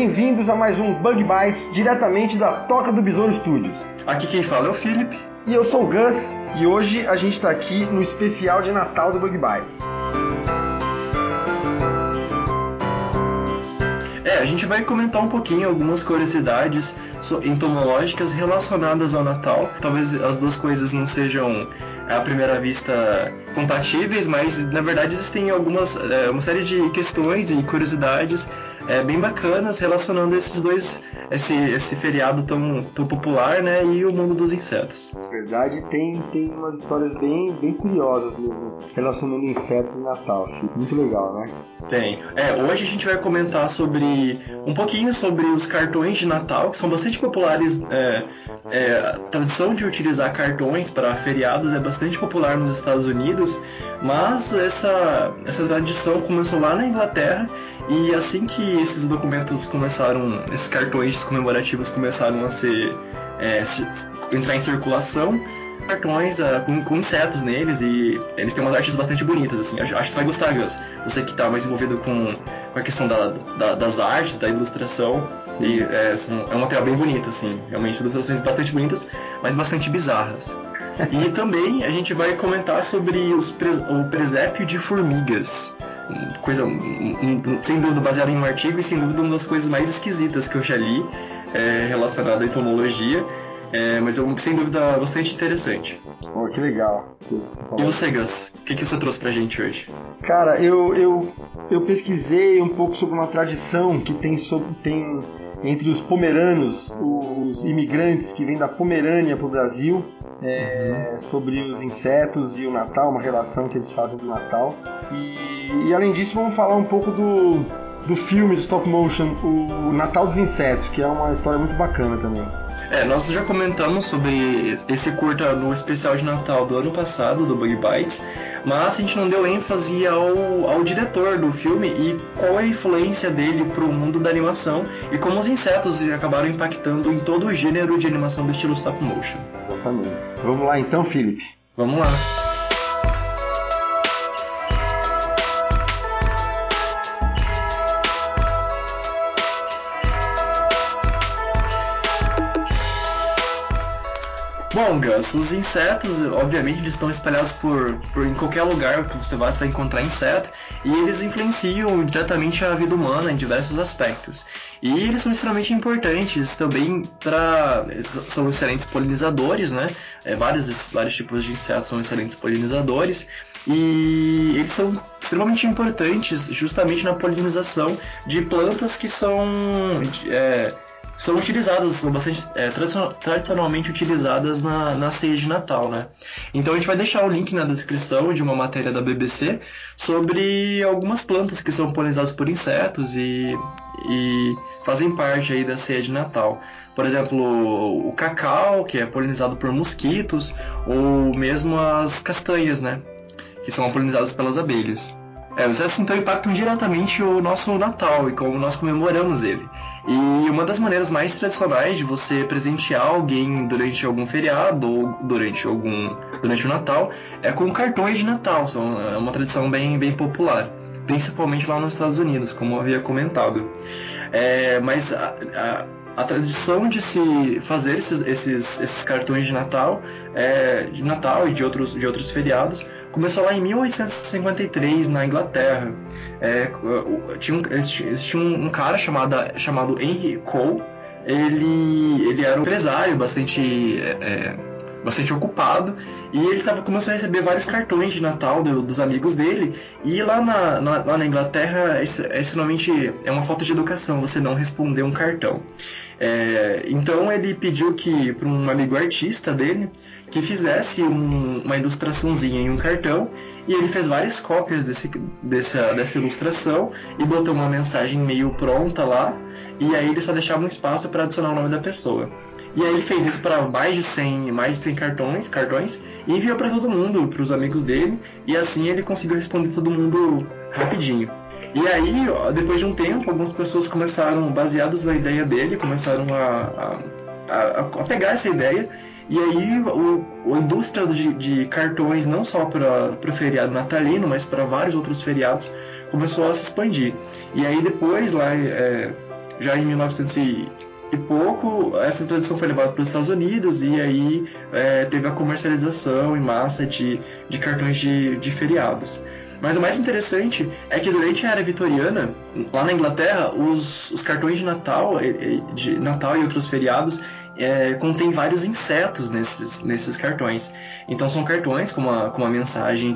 Bem-vindos a mais um Bug Bites, diretamente da Toca do Besouro Studios. Aqui quem fala é o Felipe. E eu sou o Gus, e hoje a gente está aqui no especial de Natal do Bug Bites. A gente vai comentar um pouquinho algumas curiosidades entomológicas relacionadas ao Natal. Talvez as duas coisas não sejam, à primeira vista, compatíveis, mas na verdade existem uma série de questões e curiosidades bem bacanas relacionando esses dois, esse feriado tão popular, né, e o mundo dos insetos. Na verdade, tem umas histórias bem curiosas mesmo, relacionando insetos e Natal. Muito legal, né? Tem. Hoje a gente vai comentar um pouquinho sobre os cartões de Natal, que são bastante populares. A tradição de utilizar cartões para feriados é bastante popular nos Estados Unidos, mas essa tradição começou lá na Inglaterra, e assim que esses documentos esses cartões comemorativos começaram a entrar em circulação, cartões com insetos neles, e eles têm umas artes bastante bonitas, assim. Acho que você vai gostar, Gus. Você que está mais envolvido com a questão das artes, da ilustração, e é um material bem bonito, assim. Realmente, ilustrações bastante bonitas, mas bastante bizarras. E também a gente vai comentar sobre o presépio de formigas. Coisa, sem dúvida, baseada em um artigo, e sem dúvida uma das coisas mais esquisitas que eu já li relacionada à entomologia. Mas sem dúvida bastante interessante. Oh, que legal. E você, Gus? O que você trouxe pra gente hoje? Cara, eu pesquisei um pouco sobre uma tradição que tem entre os pomeranos, os imigrantes que vêm da Pomerânia para o Brasil, sobre os insetos e o Natal, uma relação que eles fazem do Natal. E além disso, vamos falar um pouco do filme de stop motion, o Natal dos Insetos, que é uma história muito bacana também. Nós já comentamos sobre esse curta no especial de Natal do ano passado, do Bug Bites, mas a gente não deu ênfase ao diretor do filme e qual é a influência dele para o mundo da animação e como os insetos acabaram impactando em todo o gênero de animação do estilo stop motion. Exatamente. Vamos lá então, Felipe? Vamos lá. Bom, Gus, os insetos, obviamente, eles estão espalhados em qualquer lugar que você vai encontrar inseto, e eles influenciam diretamente a vida humana em diversos aspectos. E eles são extremamente importantes também são excelentes polinizadores, né? Vários tipos de insetos são excelentes polinizadores, e eles são extremamente importantes justamente na polinização de plantas que são utilizadas, são bastante tradicionalmente utilizadas na ceia de Natal, né? Então a gente vai deixar o link na descrição de uma matéria da BBC sobre algumas plantas que são polinizadas por insetos e fazem parte aí da ceia de Natal. Por exemplo, o cacau, que é polinizado por mosquitos, ou mesmo as castanhas, né? Que são polinizadas pelas abelhas. Os insetos então impactam diretamente o nosso Natal e como nós comemoramos ele. E uma das maneiras mais tradicionais de você presentear alguém durante algum feriado ou durante o Natal é com cartões de Natal. É uma tradição bem popular, principalmente lá nos Estados Unidos, como eu havia comentado. Mas a tradição de se fazer esses cartões de Natal e de outros feriados começou lá em 1853 na Inglaterra. Existia um cara chamado Henry Cole. Ele era um empresário bastante ocupado, e ele começou a receber vários cartões de Natal dos amigos dele, e lá na Inglaterra é uma falta de educação você não responder um cartão. Então ele pediu para um amigo artista dele que fizesse uma ilustraçãozinha em um cartão, e ele fez várias cópias dessa ilustração e botou uma mensagem meio pronta lá, e aí ele só deixava um espaço para adicionar o nome da pessoa. E aí ele fez isso para mais de 100 cartões, e enviou para todo mundo, para os amigos dele, e assim ele conseguiu responder todo mundo rapidinho. E aí, depois de um tempo, algumas pessoas baseados na ideia dele, começaram a pegar essa ideia, e aí a indústria de cartões, não só para o feriado natalino, mas para vários outros feriados, começou a se expandir. E aí depois, lá já em 1900 e pouco, essa introdução foi levada para os Estados Unidos e aí teve a comercialização em massa de cartões de feriados. Mas o mais interessante é que durante a era vitoriana, lá na Inglaterra, os cartões de Natal e outros feriados contêm vários insetos nesses cartões. Então são cartões com uma mensagem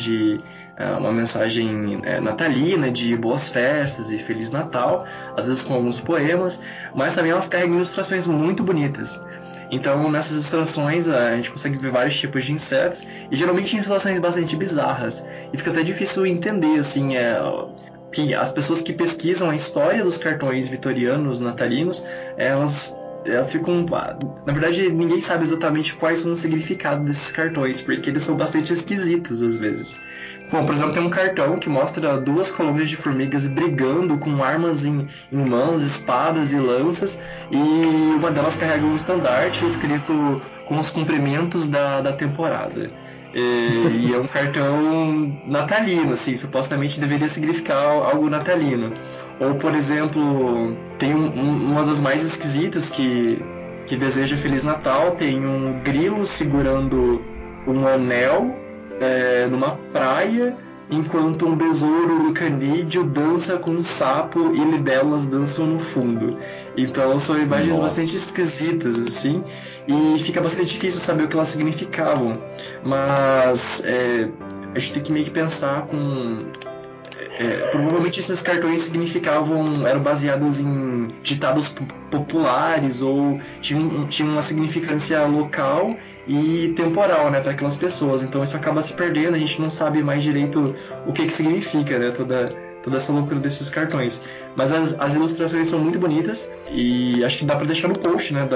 natalina, de boas festas e Feliz Natal, às vezes com alguns poemas, mas também elas carregam ilustrações muito bonitas. Então, nessas ilustrações, a gente consegue ver vários tipos de insetos, e geralmente ilustrações bastante bizarras. E fica até difícil entender, assim, que as pessoas que pesquisam a história dos cartões vitorianos, natalinos, elas ficam... Na verdade, ninguém sabe exatamente quais são o significado desses cartões, porque eles são bastante esquisitos, às vezes. Bom, por exemplo, tem um cartão que mostra 2 colônias de formigas brigando com armas em mãos, espadas e lanças, e uma delas carrega um estandarte escrito com os cumprimentos da temporada. E é um cartão natalino, assim, supostamente deveria significar algo natalino. Ou, por exemplo, tem uma das mais esquisitas que deseja Feliz Natal, tem um grilo segurando um anel numa praia, enquanto um besouro canídeo dança com um sapo e libelas dançam no fundo. Então são imagens bastante esquisitas, assim, e fica bastante difícil saber o que elas significavam. Mas a gente tem que meio que pensar provavelmente esses cartões eram baseados em ditados populares ou tinham uma significância local e temporal, né, para aquelas pessoas. Então isso acaba se perdendo, a gente não sabe mais direito o que significa, né, toda essa loucura desses cartões. Mas as ilustrações são muito bonitas e acho que dá para deixar no post, né,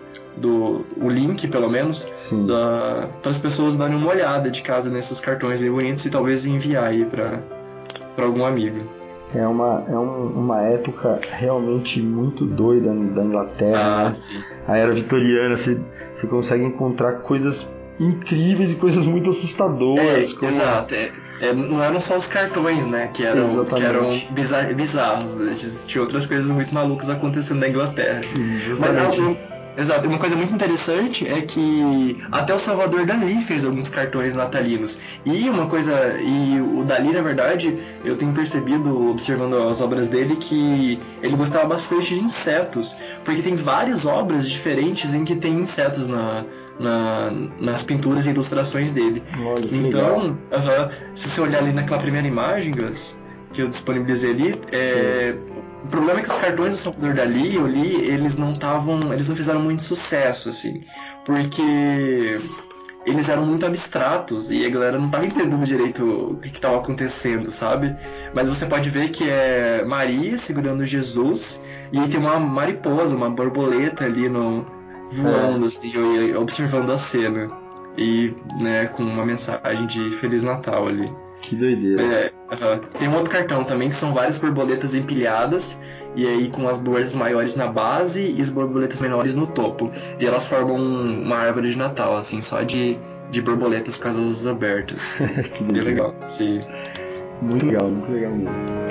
o link, pelo menos, para as pessoas darem uma olhada de casa nesses cartões bem bonitos e talvez enviar aí para algum amigo. É uma época realmente muito doida da Inglaterra, né? Sim. A era vitoriana, você consegue encontrar coisas incríveis e coisas muito assustadoras. Exato. Não eram só os cartões, né, que eram bizarros. Tinha outras coisas muito malucas acontecendo na Inglaterra. Justamente. Exato, uma coisa muito interessante é que até o Salvador Dalí fez alguns cartões natalinos. E o Dalí, na verdade, eu tenho percebido, observando as obras dele, que ele gostava bastante de insetos, porque tem várias obras diferentes em que tem insetos nas pinturas e ilustrações dele. Olha, que então, se você olhar ali naquela primeira imagem, Gus, que eu disponibilizei ali, o problema é que os cartões do Salvador Dalí, eu li, eles não fizeram muito sucesso, assim, porque eles eram muito abstratos e a galera não estava entendendo direito o que estava acontecendo, sabe? Mas você pode ver que é Maria segurando Jesus e aí tem uma mariposa, uma borboleta ali voando, assim, observando a cena e, né, com uma mensagem de Feliz Natal ali. Que doideira. Tem um outro cartão também que são várias borboletas empilhadas e aí com as borboletas maiores na base e as borboletas menores no topo, e elas formam uma árvore de Natal, assim, só de borboletas com as asas abertas. Que bem legal. Sim. Muito legal mesmo.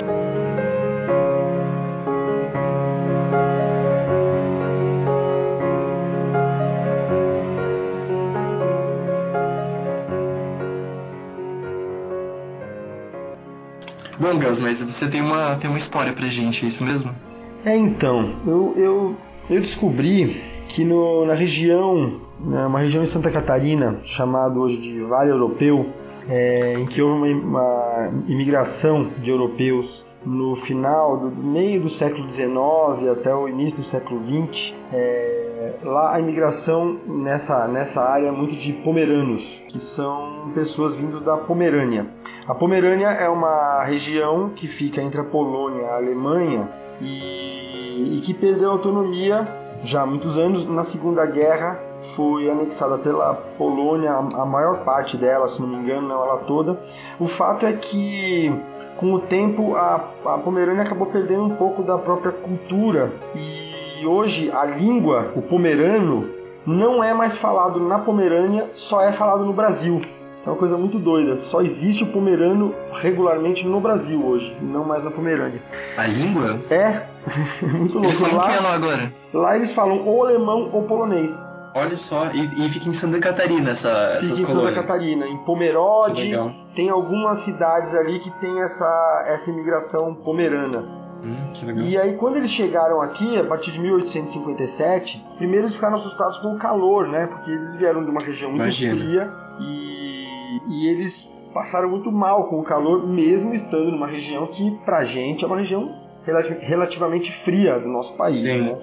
Bom, Gus, mas você tem uma história pra gente, é isso mesmo? Então, eu descobri que na região, uma região em Santa Catarina, chamada hoje de Vale Europeu, em que houve uma imigração de europeus no final do meio do século XIX até o início do século XX, lá a imigração nessa área é muito de pomeranos, que são pessoas vindas da Pomerânia. A Pomerânia é uma região que fica entre a Polônia e a Alemanha e que perdeu autonomia já há muitos anos. Na Segunda Guerra foi anexada pela Polônia, a maior parte dela, se não me engano, não ela toda. O fato é que com o tempo a Pomerânia acabou perdendo um pouco da própria cultura e hoje a língua, o pomerano, não é mais falado na Pomerânia, só é falado no Brasil. É uma coisa muito doida. Só existe o pomerano regularmente no Brasil hoje, não mais na Pomerânia. A língua? Muito Eles louco. falam que é lá agora. Lá eles falam ou alemão ou polonês. Olha só, e fica em Santa Catarina essas Fica em colônias. Santa Catarina, em Pomerode. Que legal. Tem algumas cidades ali que tem essa imigração pomerana. Que legal. E aí quando eles chegaram aqui, a partir de 1857, primeiro eles ficaram assustados com o calor, né? Porque eles vieram de uma região muito fria e eles passaram muito mal com o calor, mesmo estando numa região que pra gente é uma região relativamente fria do nosso país. Sim. Né?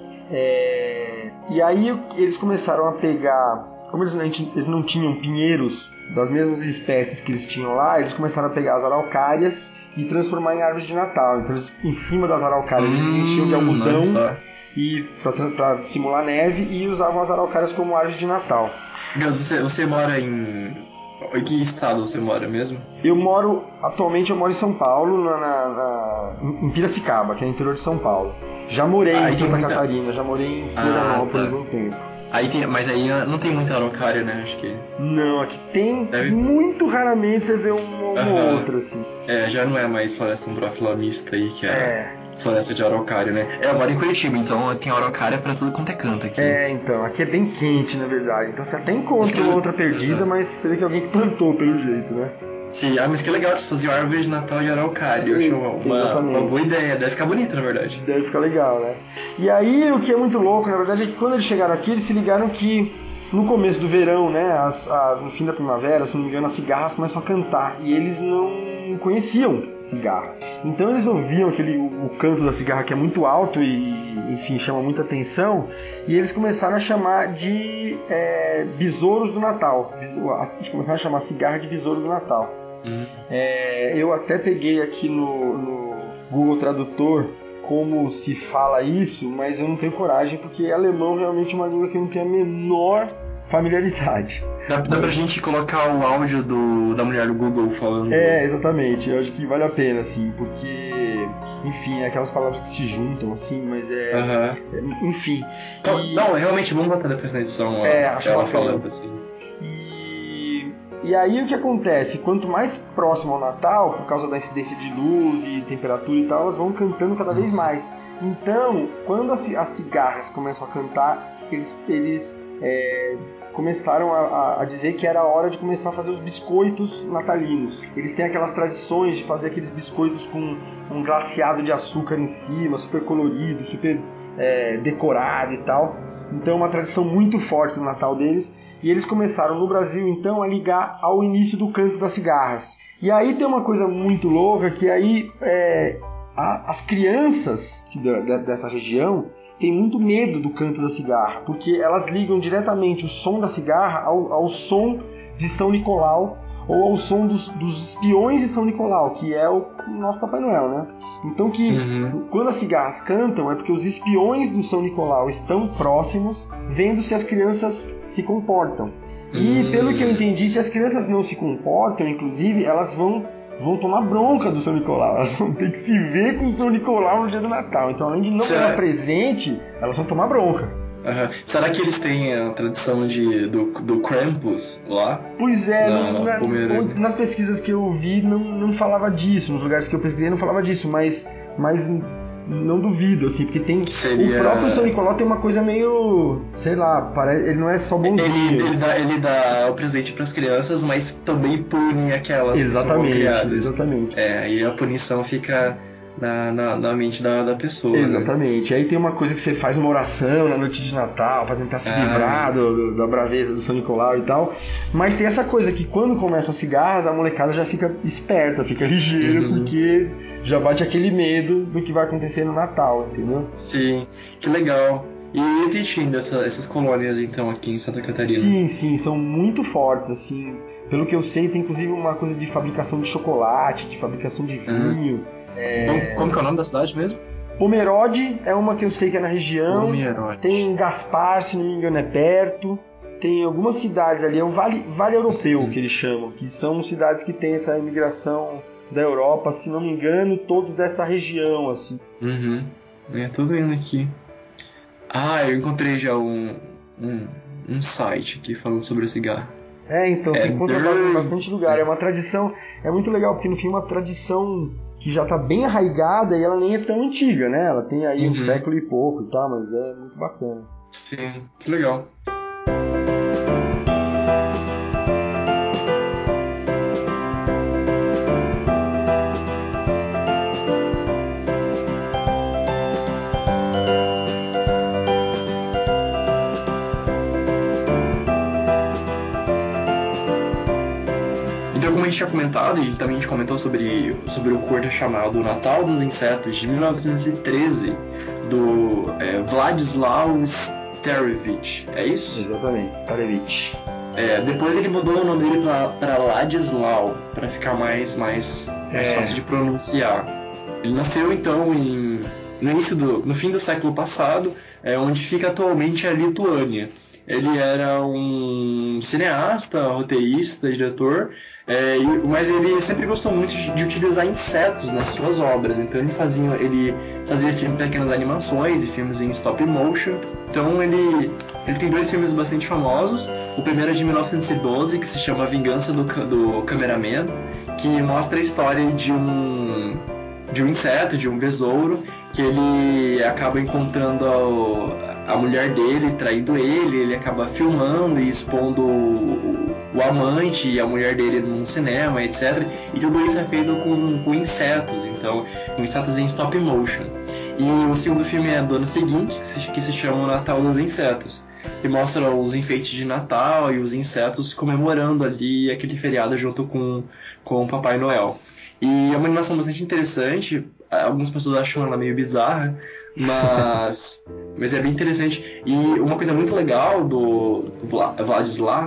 E aí eles começaram a pegar, como eles não tinham pinheiros das mesmas espécies que eles tinham lá, eles começaram a pegar as araucárias e transformar em árvores de Natal. Então eles, em cima das araucárias eles enchiam de algodão e para simular neve e usavam as araucárias como árvores de Natal. Gus, você mora em que estado você mora mesmo? Atualmente eu moro em São Paulo, em Piracicaba, que é interior de São Paulo. Já morei em Santa Catarina, já morei em Florianópolis um tempo. Mas aí não tem muita araucária, né? Acho que... Não, aqui tem, muito raramente você vê uma outra, assim. Já não é mais floresta umbrófila mista aí, que é floresta de araucária, né? Eu moro em Curitiba, então tem araucária pra tudo quanto é canto aqui. Então, aqui é bem quente, na verdade. Então você até encontra uma outra perdida, mas você vê que alguém que plantou, pelo jeito, né? Sim, mas que legal, eles faziam árvore de Natal de araucária. Eu achei uma boa ideia, deve ficar bonita, na verdade. Deve ficar legal, né? E aí, o que é muito louco, na verdade, é que quando eles chegaram aqui, eles se ligaram que no começo do verão, né, no fim da primavera, se não me engano, as cigarras começam a cantar. E eles não conheciam cigarra. Então eles ouviam o canto da cigarra, que é muito alto e, enfim, chama muita atenção. E eles começaram a chamar de besouros do Natal. Eles começaram a chamar a cigarra de besouro do Natal. Eu até peguei aqui no Google Tradutor como se fala isso, mas eu não tenho coragem, porque alemão realmente é uma língua que eu não tenho a menor familiaridade. Dá pra gente colocar o áudio da mulher do Google falando. Exatamente, eu acho que vale a pena, assim, porque, enfim, aquelas palavras que se juntam, assim, mas enfim. Não, realmente, vamos botar depois na edição ela falando, assim. E aí o que acontece? Quanto mais próximo ao Natal, por causa da incidência de luz e temperatura e tal, elas vão cantando cada vez mais. Então, quando as cigarras começam a cantar, eles começaram a dizer que era a hora de começar a fazer os biscoitos natalinos. Eles têm aquelas tradições de fazer aqueles biscoitos com um glaseado de açúcar em cima, super colorido, super decorado e tal. Então é uma tradição muito forte do Natal deles. E eles começaram no Brasil, então, a ligar ao início do canto das cigarras. E aí tem uma coisa muito louca, que aí as crianças dessa região têm muito medo do canto da cigarra, porque elas ligam diretamente o som da cigarra ao som de São Nicolau, ou ao som dos espiões de São Nicolau, que é o nosso Papai Noel, né? Então quando as cigarras cantam, é porque os espiões do São Nicolau estão próximos, vendo se as crianças se comportam. E pelo que eu entendi, se as crianças não se comportam, inclusive, elas vão tomar bronca do São Nicolau. Elas vão ter que se ver com o São Nicolau no dia do Natal. Então, além de não ganhar presente, elas vão tomar bronca. Será que eles têm a tradição do Krampus lá? Pois nas pesquisas que eu vi não falava disso. Nos lugares que eu pesquisei não falava disso, mas não duvido, assim, porque tem o próprio São Nicolau tem uma coisa meio, sei lá, ele não é só bonzinho. Ele dá o presente para as crianças, mas também pune aquelas que são criadas. Exatamente. E a punição fica na mente da pessoa. Exatamente. Né? Aí tem uma coisa que você faz uma oração na noite de Natal para tentar se livrar da braveza do São Nicolau e tal. Mas tem essa coisa que quando começam as cigarras, a molecada já fica esperta, fica ligeira, porque já bate aquele medo do que vai acontecer no Natal, entendeu? Sim, que legal. E existem ainda essas colônias, então, aqui em Santa Catarina? Sim, são muito fortes, assim. Pelo que eu sei, tem inclusive uma coisa de fabricação de chocolate, de fabricação de vinho. Como que é o nome da cidade mesmo? Pomerode é uma que eu sei que é na região. Pomerode. Tem Gaspar, se não me engano, é perto. Tem algumas cidades ali, é o Vale Europeu que eles chamam, que são cidades que têm essa imigração da Europa, se não me engano, todos dessa região, assim. Tudo indo aqui. Eu encontrei já um site aqui falando sobre a cigarra. Então, você encontra bastante lugar. É uma tradição, é muito legal, porque no fim é uma tradição que já tá bem arraigada e ela nem é tão antiga, né? Ela tem aí um século e pouco e tal, mas é muito bacana. Sim, que legal. Como a gente tinha comentado, e também a gente comentou sobre o curta chamado Natal dos Insetos, de 1913, do Vladislav Starevich, é isso? Exatamente, Starevich. Depois ele mudou o nome dele para Ladislau, para ficar mais fácil de pronunciar. Ele nasceu então no fim do século passado, onde fica atualmente a Lituânia. Ele era um cineasta, roteirista, diretor, mas ele sempre gostou muito de utilizar insetos nas suas obras. Então ele fazia pequenas animações e filmes em stop motion. Então ele tem 2 filmes bastante famosos. O primeiro é de 1912, que se chama A Vingança do Cameraman, que mostra a história de um inseto, de um besouro, que ele acaba encontrando a mulher dele, traindo ele acaba filmando e expondo o amante e a mulher dele num cinema, etc. E tudo isso é feito com insetos, então, com insetos em stop motion. E o segundo filme é do ano seguinte, que se chama O Natal dos Insetos, que mostra os enfeites de Natal e os insetos comemorando ali aquele feriado junto com o Papai Noel. E é uma animação bastante interessante. Algumas pessoas acham ela meio bizarra, mas é bem interessante. E uma coisa muito legal do Ladislau.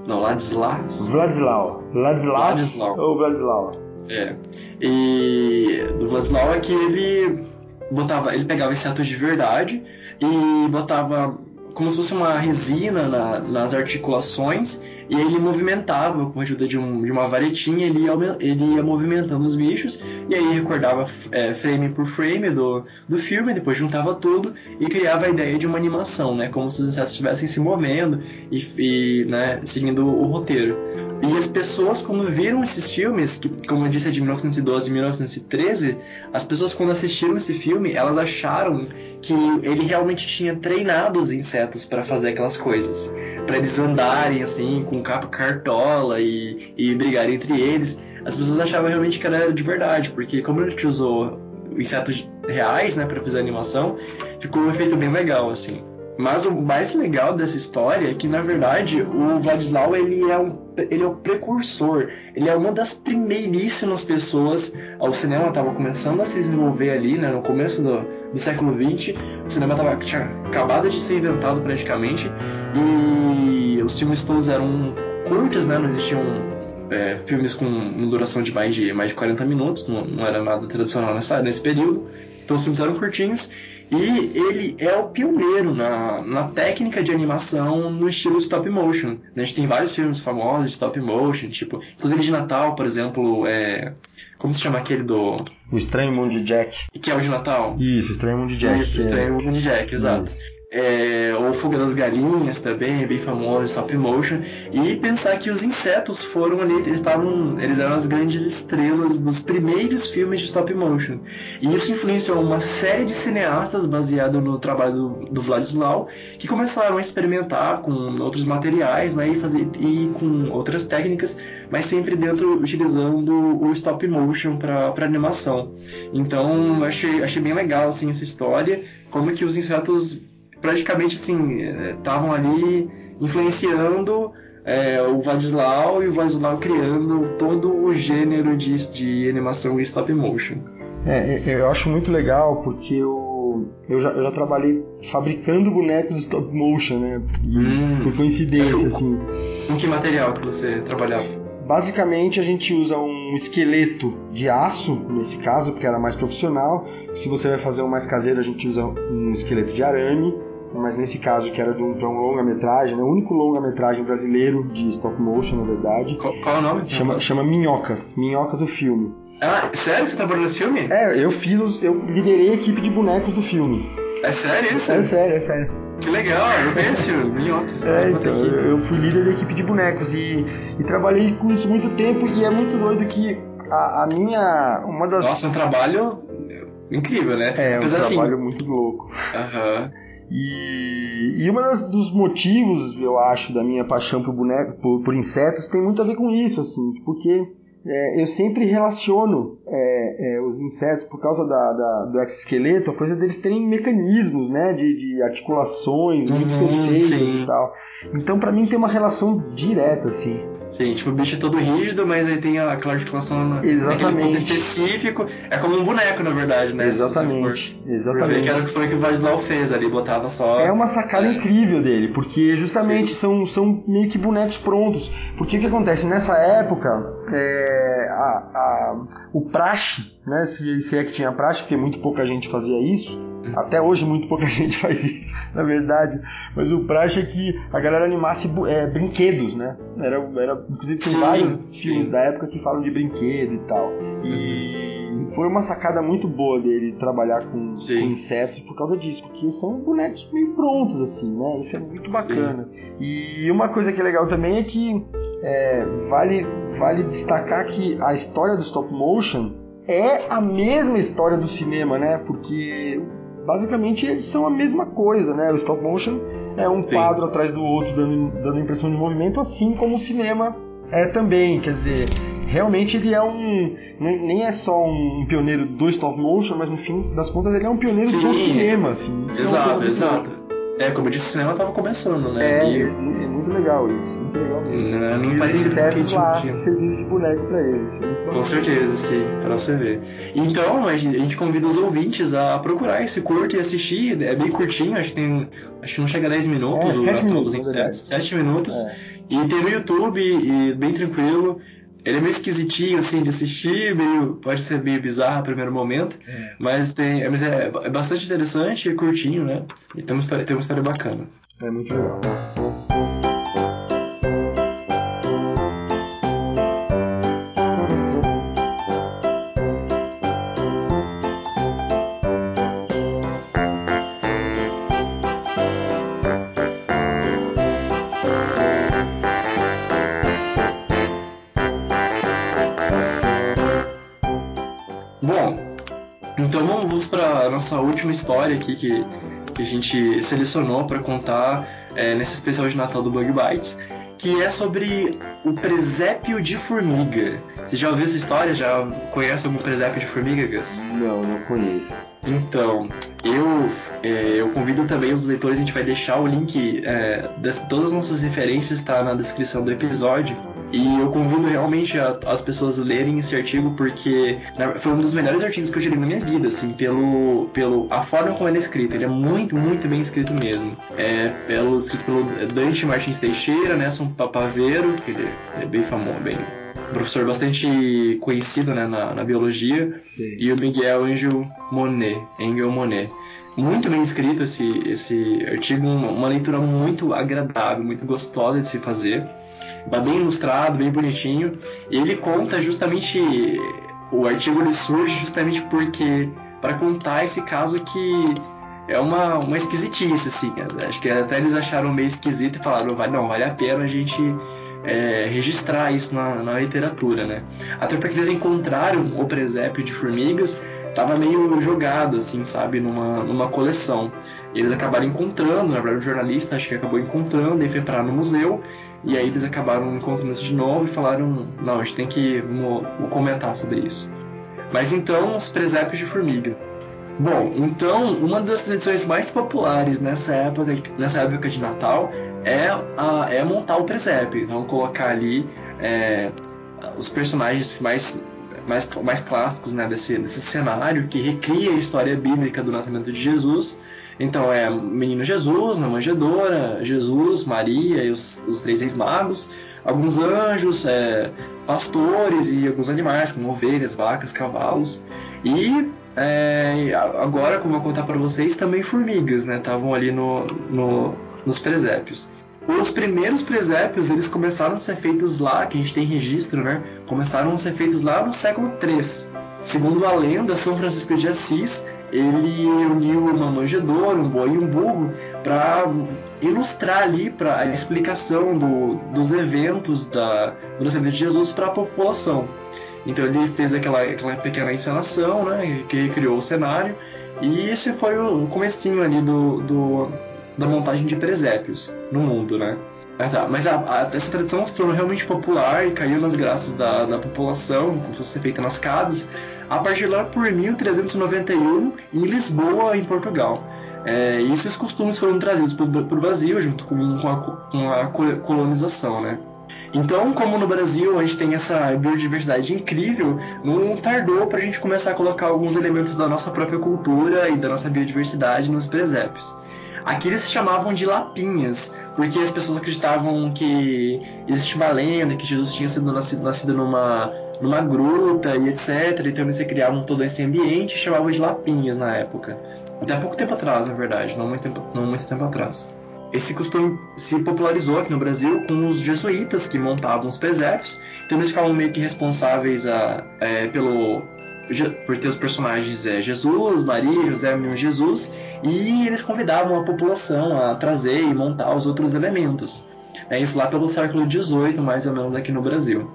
E do Ladislau é que ele pegava insetos de verdade e botava como se fosse uma resina nas articulações, e ele movimentava com a ajuda de uma varetinha, ele ia movimentando os bichos, e aí recordava frame por frame do filme, depois juntava tudo e criava a ideia de uma animação, né, como se os insetos estivessem se movendo e né, seguindo o roteiro. E as pessoas, quando viram esses filmes, que, como eu disse, é de 1912 e 1913, as pessoas, quando assistiram esse filme, elas acharam que ele realmente tinha treinado os insetos para fazer aquelas coisas, para eles andarem assim, com capa cartola e brigarem entre eles. As pessoas achavam realmente que era de verdade, porque como ele usou insetos reais, né, para fazer a animação, ficou um efeito bem legal, assim. Mas o mais legal dessa história é que, na verdade, o Vladislav ele é o precursor. Ele é uma das primeiríssimas pessoas. O cinema estava começando a se desenvolver ali, né, no começo do século XX. O cinema tinha acabado de ser inventado praticamente. E os filmes todos eram curtos, né, não existiam filmes com uma duração de mais de 40 minutos. Não era nada tradicional nesse período. Então os filmes eram curtinhos. E ele é o pioneiro na técnica de animação no estilo stop motion. A gente tem vários filmes famosos de stop motion, tipo, inclusive de Natal, por exemplo, como se chama aquele do... O Estranho Mundo de Jack. Que é o de Natal? Isso, o Estranho Mundo de Jack. Isso, o Estranho Mundo de Jack, exato. O Fuga das Galinhas também é bem famoso, stop motion. E pensar que os insetos foram ali, eles eram as grandes estrelas dos primeiros filmes de stop motion. E isso influenciou uma série de cineastas baseado no trabalho do Vladislav, que começaram a experimentar com outros materiais, né, e com outras técnicas, mas sempre utilizando o stop motion para animação. Então achei bem legal assim, essa história, como que os insetos praticamente assim estavam ali influenciando o Vladislav, e o Vladislav criando todo o gênero de animação e stop motion. Eu acho muito legal porque eu já trabalhei fabricando bonecos stop motion, né? Por coincidência, assim. Com que material que você trabalhava? Basicamente a gente usa um esqueleto de aço, nesse caso, porque era mais profissional. Se você vai fazer um mais caseiro, a gente usa um esqueleto de arame. Mas nesse caso, que era de um longa-metragem, né? O único longa-metragem brasileiro de stop motion, na verdade. Qual é o nome? Chama Minhocas. Minhocas, o filme. Ah, sério? Você trabalhou nesse filme? Eu liderei a equipe de bonecos do filme. É sério isso? É sério. Que legal, eu conheço Minhocas. Então, eu fui líder da equipe de bonecos e trabalhei com isso muito tempo, e é muito doido que a minha... Uma das... Nossa, um trabalho incrível, né? É, apesar um trabalho assim... muito louco. Aham. E uma dos motivos, eu acho, da minha paixão por insetos tem muito a ver com isso, assim, porque eu sempre relaciono os insetos, por causa do exoesqueleto, a coisa deles terem mecanismos, né, de articulações muito perfeitas sim. e tal. Então, pra mim, tem uma relação direta, assim. Sim, tipo, o bicho é todo rígido, mas aí tem aquela articulação naquele ponto específico. É como um boneco, na verdade, né? Exatamente. Por ver que era o que foi que o Vadislau fez ali, botava só... É uma sacada incrível dele, porque justamente são meio que bonecos prontos. Porque o que acontece? Nessa época, o praxe, né? Se é que tinha praxe, porque muito pouca gente fazia isso. Até hoje muito pouca gente faz isso, na verdade. Mas o praxe é que a galera animasse brinquedos, né? Inclusive tem vários filmes da época que falam de brinquedo e tal. E foi uma sacada muito boa dele trabalhar com insetos por causa disso, porque são bonecos meio prontos, assim, né? Isso é muito bacana. E uma coisa que é legal também é que vale destacar que a história do stop motion é a mesma história do cinema, né? Porque basicamente eles são a mesma coisa, né? O stop motion é um quadro atrás do outro dando impressão de movimento, assim como o cinema é também. Quer dizer, realmente ele nem é só um pioneiro do stop motion, mas no fim das contas ele é um pioneiro do cinema, assim. Exato. Como eu disse, o cinema estava começando, né? É muito legal isso, muito legal mesmo. Nem e os insetos lá servindo de boneco pra eles. Com certeza, sim, pra você ver. Então, a gente convida os ouvintes a procurar esse curto e assistir. É bem curtinho, acho que não chega a 10 minutos o Natal dos Insetos. 7 minutos. E tem no YouTube, e bem tranquilo. Ele é meio esquisitinho, assim, de assistir, pode ser meio bizarro no primeiro momento, mas é bastante interessante e curtinho, né? E tem uma história bacana. É muito legal. Bom, então vamos para a nossa última história aqui que a gente selecionou para contar nesse especial de Natal do Bug Bites, que é sobre o presépio de formiga. Você já ouviu essa história? Já conhece algum presépio de formiga, Gus? Não conheço. Então, eu convido também os leitores, a gente vai deixar o link de todas as nossas referências, está na descrição do episódio. E eu convido realmente as pessoas a lerem esse artigo, porque foi um dos melhores artigos que eu tirei na minha vida, assim, pelo a forma como ele é escrito. Ele é muito, muito bem escrito mesmo. Escrito pelo Dante Martins Teixeira, Nelson Papaveiro, que ele é bem famoso, um professor bastante conhecido, né, na biologia. Sim. E o Miguel Angel Monet. Muito bem escrito esse artigo, uma leitura muito agradável, muito gostosa de se fazer. Bem ilustrado, bem bonitinho. E ele conta justamente... O artigo ele surge justamente porque... para contar esse caso que é uma esquisitice, assim. Acho que até eles acharam meio esquisito e falaram, vale a pena a gente registrar isso na literatura, né? Até porque eles encontraram o presépio de formigas, estava meio jogado, assim, sabe? Numa coleção. E eles acabaram encontrando, na verdade o jornalista acho que acabou encontrando e foi parar no museu. E aí eles acabaram encontrando isso de novo e falaram, não, a gente tem que comentar sobre isso. Mas então, os presépios de formiga. Bom, então, uma das tradições mais populares nessa época de Natal é montar o presépio. Então, colocar ali os personagens mais clássicos, né, desse cenário que recria a história bíblica do nascimento de Jesus. Então é o menino Jesus na manjedoura, Jesus, Maria e os 3 reis magos, alguns anjos, pastores e alguns animais como ovelhas, vacas, cavalos. E agora, como eu vou contar para vocês, também formigas, né, estavam ali nos presépios. Os primeiros presépios, eles começaram a ser feitos lá, que a gente tem registro, né? Começaram a ser feitos lá no século III. Segundo a lenda, São Francisco de Assis, ele uniu uma manjedoura, um boi e um burro para ilustrar ali para a explicação dos eventos do nascimento de Jesus para a população. Então ele fez aquela pequena encenação, né, que criou o cenário, e esse foi o comecinho ali da montagem de presépios no mundo, né. Mas essa tradição se tornou realmente popular e caiu nas graças da população, começou a ser feita nas casas, a partir lá por 1391, em Lisboa, em Portugal. E esses costumes foram trazidos para o Brasil junto com a colonização, né? Então, como no Brasil a gente tem essa biodiversidade incrível, não tardou para a gente começar a colocar alguns elementos da nossa própria cultura e da nossa biodiversidade nos presépios. Aqui eles se chamavam de lapinhas, porque as pessoas acreditavam que existia uma lenda, que Jesus tinha sido nascido numa gruta e etc. Então eles criavam todo esse ambiente e chamavam de lapinhas na época. Até pouco tempo atrás, na verdade, não muito tempo atrás. Esse costume se popularizou aqui no Brasil com os jesuítas que montavam os presépios. Então eles ficavam meio que responsáveis por ter os personagens Jesus, Maria, José, Menino Jesus, e eles convidavam a população a trazer e montar os outros elementos. Isso lá pelo século XVIII, mais ou menos, aqui no Brasil.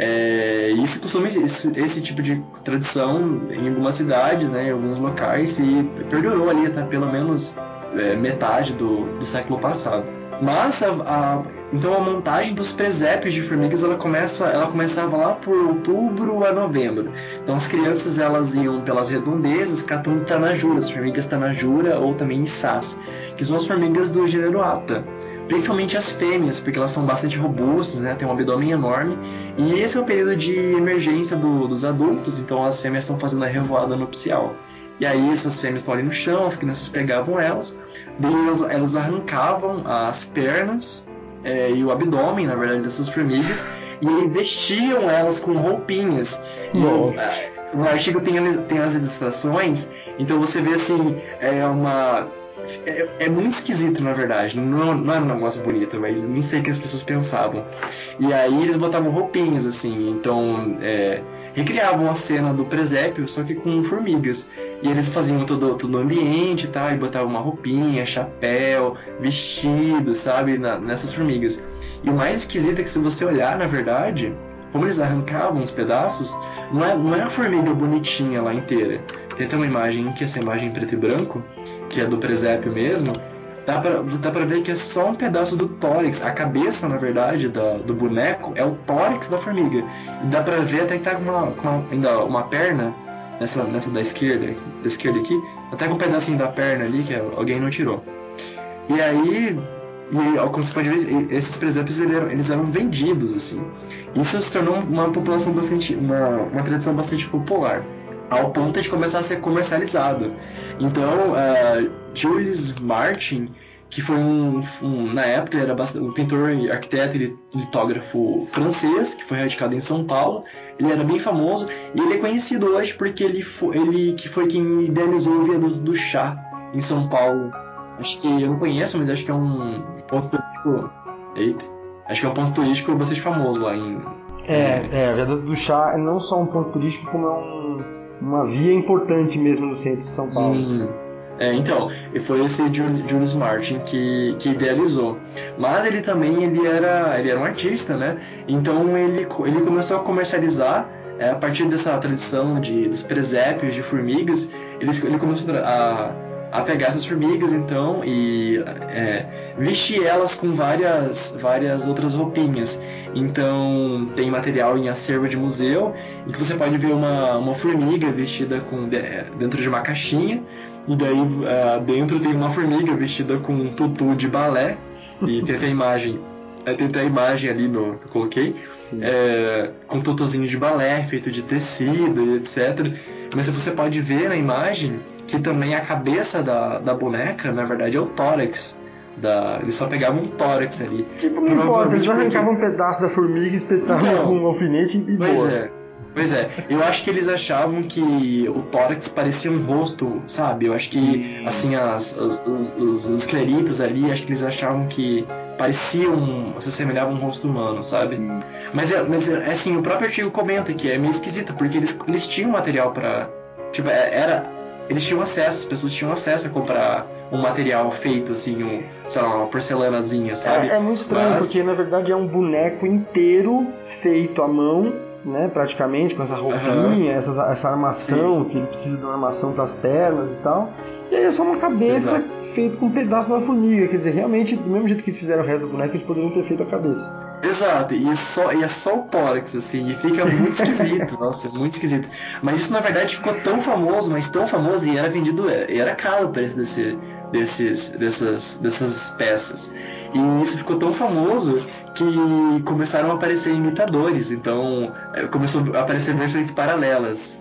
Esse tipo de tradição em algumas cidades, né, em alguns locais, se perdurou ali até pelo menos metade do século passado. Mas então a montagem dos presépios de formigas ela começava lá por outubro a novembro. Então as crianças elas iam pelas redondezas catando tanajuras, formigas tanajura ou também içás, que são as formigas do gênero Apta. Principalmente as fêmeas, porque elas são bastante robustas, né? Tem um abdômen enorme. E esse é o período de emergência dos adultos, então as fêmeas estão fazendo a revoada nupcial. E aí essas fêmeas estão ali no chão, as crianças pegavam elas, daí elas arrancavam as pernas e o abdômen, na verdade, dessas formigas, e aí vestiam elas com roupinhas. E no artigo tem as ilustrações, então você vê assim, é muito esquisito, na verdade. Não era um negócio bonito, mas não sei o que as pessoas pensavam. E aí eles botavam roupinhas, assim. Então, recriavam a cena do presépio, só que com formigas. E eles faziam todo o ambiente, tá? E botavam uma roupinha, chapéu, vestido, sabe? Nessas formigas. E o mais esquisito é que se você olhar, na verdade, como eles arrancavam os pedaços, não é a formiga bonitinha lá inteira. Tem até uma imagem, que essa imagem em preto e branco, que é do presépio mesmo, dá pra ver que é só um pedaço do tórax. A cabeça, na verdade, do boneco é o tórax da formiga. E dá pra ver até que tá ainda uma perna, nessa da esquerda aqui, até com um pedacinho da perna ali, que alguém não tirou. E aí, como você pode ver, esses presépios eles eram vendidos, assim. Isso se tornou uma população uma tradição bastante popular, ao ponto de começar a ser comercializado. Então, Jules Martin, que foi na época, ele era um pintor, arquiteto e litógrafo francês, que foi radicado em São Paulo. Ele era bem famoso, e ele é conhecido hoje porque ele que foi quem idealizou o viaduto do chá em São Paulo. Acho que eu não conheço, mas acho que é um ponto turístico. Eita. Acho que é um ponto turístico bastante famoso lá em. O viaduto do chá é não só um ponto turístico, como é uma via importante mesmo no centro de São Paulo. Então, foi esse Jules Martin que idealizou. Mas ele também ele era um artista, né? Então ele começou a comercializar a partir dessa tradição dos presépios de formigas. Ele começou a pegar essas formigas, então, e vestir elas com várias outras roupinhas. Então, tem material em acervo de museu, em que você pode ver uma formiga vestida dentro de uma caixinha, e daí dentro tem uma formiga vestida com um tutu de balé, e tem a imagem ali que eu coloquei, com um tutuzinho de balé feito de tecido e etc. Mas você pode ver na imagem que também a cabeça da boneca, na verdade, é o tórax. Eles só pegavam um tórax ali. Tipo, não importa, eles arrancavam um pedaço da formiga, espetavam com um alfinete e boa. Pois é, eu acho que eles achavam que o tórax parecia um rosto, sabe? Eu acho que, assim, os escleritos ali, acho que eles achavam que se assemelhava a um rosto humano, sabe? Sim. Mas assim, o próprio artigo comenta que é meio esquisito, porque eles tinham material pra... Tipo, eles tinham acesso, as pessoas tinham acesso a comprar um material feito, assim, sei lá, uma porcelanazinha, sabe? É muito estranho, porque na verdade é um boneco inteiro feito à mão né, praticamente, com essa roupinha, essa armação, que ele precisa de uma armação para as pernas e tal. E aí é só uma cabeça feita com um pedaço de uma formiga. Quer dizer, realmente, do mesmo jeito que fizeram o resto do boneco, eles poderiam ter feito a cabeça. Exato, e é só o tórax, assim, e fica muito esquisito, nossa, muito esquisito. Mas isso, na verdade, ficou tão famoso, mas tão famoso, e era vendido, e era caro o preço dessas peças. E isso ficou tão famoso que começaram a aparecer imitadores, então começou a aparecer versões paralelas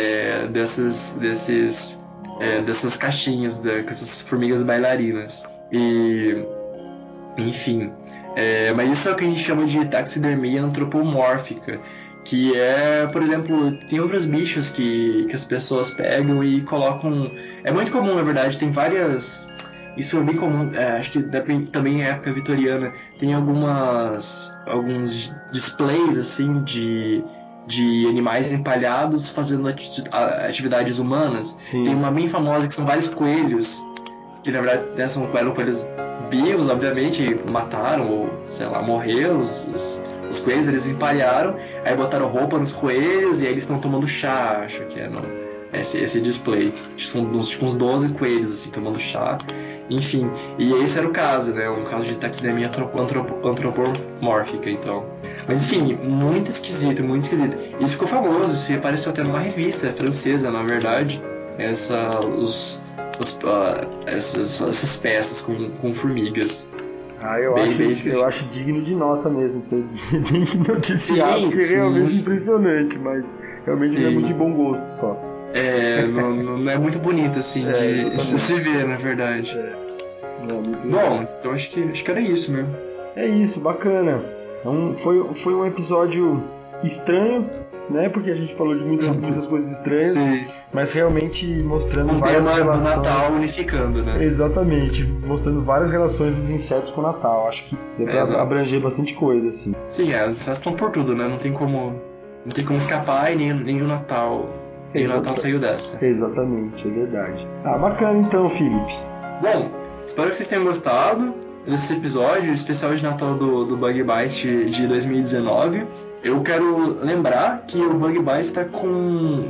dessas caixinhas, com essas formigas bailarinas. E, enfim... mas isso é o que a gente chama de taxidermia antropomórfica, que é, por exemplo, tem outros bichos que as pessoas pegam e colocam. É muito comum, na verdade, tem várias. Isso é bem comum, acho que também em época vitoriana, tem alguns displays assim de animais empalhados fazendo atividades humanas. Sim. Tem uma bem famosa que são vários coelhos, que na verdade eram coelhos vivos, obviamente, mataram ou, sei lá, morreram os coelhos, eles empalharam, aí botaram roupa nos coelhos e aí eles estão tomando chá, acho que é esse display. São uns 12 coelhos, assim, tomando chá. Enfim, e esse era o caso, né? Um caso de taxidermia antropomórfica, então. Mas enfim, muito esquisito, muito esquisito. Isso ficou famoso, isso apareceu até numa revista francesa, na verdade. Essas peças com formigas. Eu acho digno de nota mesmo, tem que noticiar, porque é realmente impressionante, mas realmente não é muito de bom gosto só. Não é muito bonito assim de se ver, na verdade. Bom, então acho que era isso mesmo. É isso, bacana. Então, foi um episódio estranho, né? Porque a gente falou de muitas coisas estranhas, sim, mas realmente mostrando várias relações. Do Natal unificando, né? Exatamente, mostrando várias relações dos insetos com o Natal. Acho que deu pra abranger bastante coisa, assim. Sim, as insetos estão por tudo, né? Não tem como escapar e nem o Natal. Nem o Natal saiu dessa. Exatamente, é verdade. Bacana então, Felipe. Bom, espero que vocês tenham gostado desse episódio especial de Natal do Bug Bite de 2019. Eu quero lembrar que o Bug Bite está com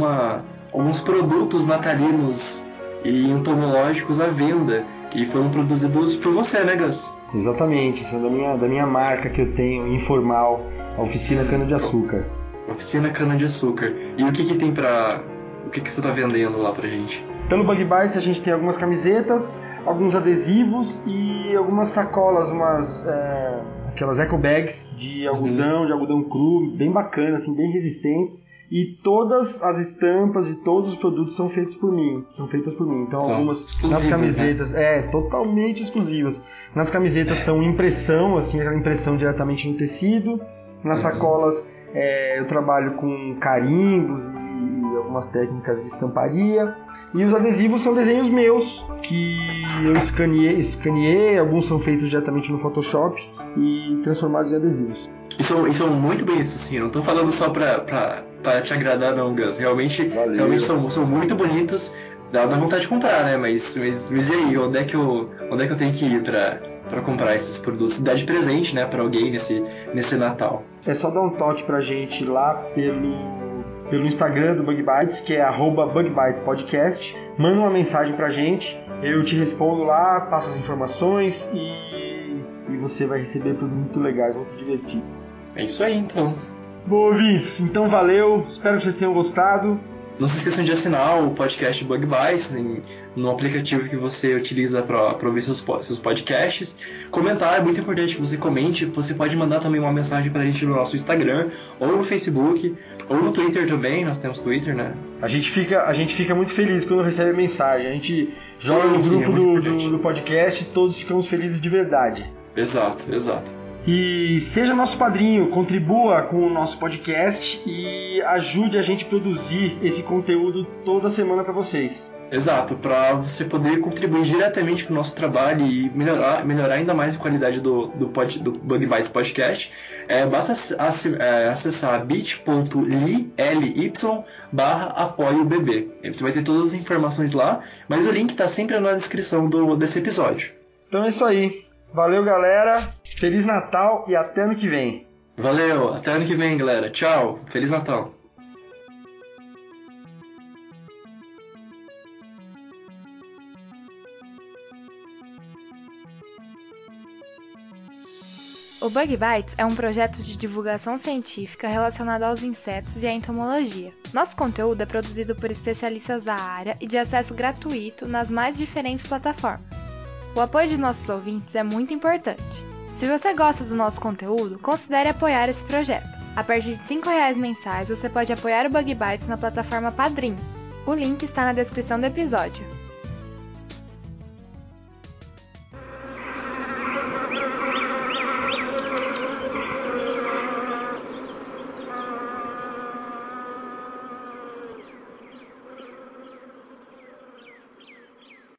alguns produtos natalinos e entomológicos à venda. E foram produzidos por você, né, Gus? Exatamente, são da minha marca que eu tenho informal, a Oficina Cana de Açúcar. Oficina Cana de Açúcar. E o que tem pra... O que você tá vendendo lá pra gente? Pelo Bug Bites a gente tem algumas camisetas, alguns adesivos e algumas sacolas, aquelas eco bags de algodão cru, bem bacana, assim, bem resistentes. E todas as estampas de todos os produtos são feitas por mim. Então algumas nas camisetas, totalmente exclusivas. Nas camisetas são impressão, assim, aquela impressão diretamente no tecido. Nas sacolas eu trabalho com carimbos e algumas técnicas de estamparia. E os adesivos são desenhos meus, que eu escaneei, alguns são feitos diretamente no Photoshop e transformados em adesivos. E são muito bonitos, assim, não tô falando só pra te agradar não, Gus. Realmente são muito bonitos, dá vontade de comprar, né? Mas e aí, onde é que eu tenho que ir pra comprar esses produtos? Dar de presente, né, pra alguém nesse Natal. É só dar um toque pra gente lá pelo Instagram do Bug Bites, que é @BugBitesPodcast. Manda uma mensagem pra gente, eu te respondo lá, passo as informações e você vai receber produtos muito legais, muito divertido. É isso aí, então. Bom, ouvintes, então valeu, espero que vocês tenham gostado. Não se esqueçam de assinar o podcast Bug Bites no aplicativo que você utiliza para ouvir seus podcasts. Comentar, é muito importante que você comente. Você pode mandar também uma mensagem pra gente no nosso Instagram, ou no Facebook, ou no Twitter também. Nós temos Twitter, né? A gente fica muito feliz quando recebe mensagem. A gente joga no grupo do podcast e todos ficamos felizes de verdade. Exato. E seja nosso padrinho, contribua com o nosso podcast e ajude a gente a produzir esse conteúdo toda semana para vocês. Exato, para você poder contribuir diretamente com o nosso trabalho e melhorar ainda mais a qualidade do Bug Bites Podcast, basta acessar bit.ly/apoiobb. Você vai ter todas as informações lá, mas o link está sempre na descrição desse episódio. Então é isso aí. Valeu, galera. Feliz Natal e até ano que vem. Valeu, até ano que vem, galera. Tchau, Feliz Natal. O Bug Bites é um projeto de divulgação científica relacionado aos insetos e à entomologia. Nosso conteúdo é produzido por especialistas da área e de acesso gratuito nas mais diferentes plataformas. O apoio de nossos ouvintes é muito importante. Se você gosta do nosso conteúdo, considere apoiar esse projeto. A partir de R$ 5 mensais, você pode apoiar o Bug Bites na plataforma Padrim. O link está na descrição do episódio.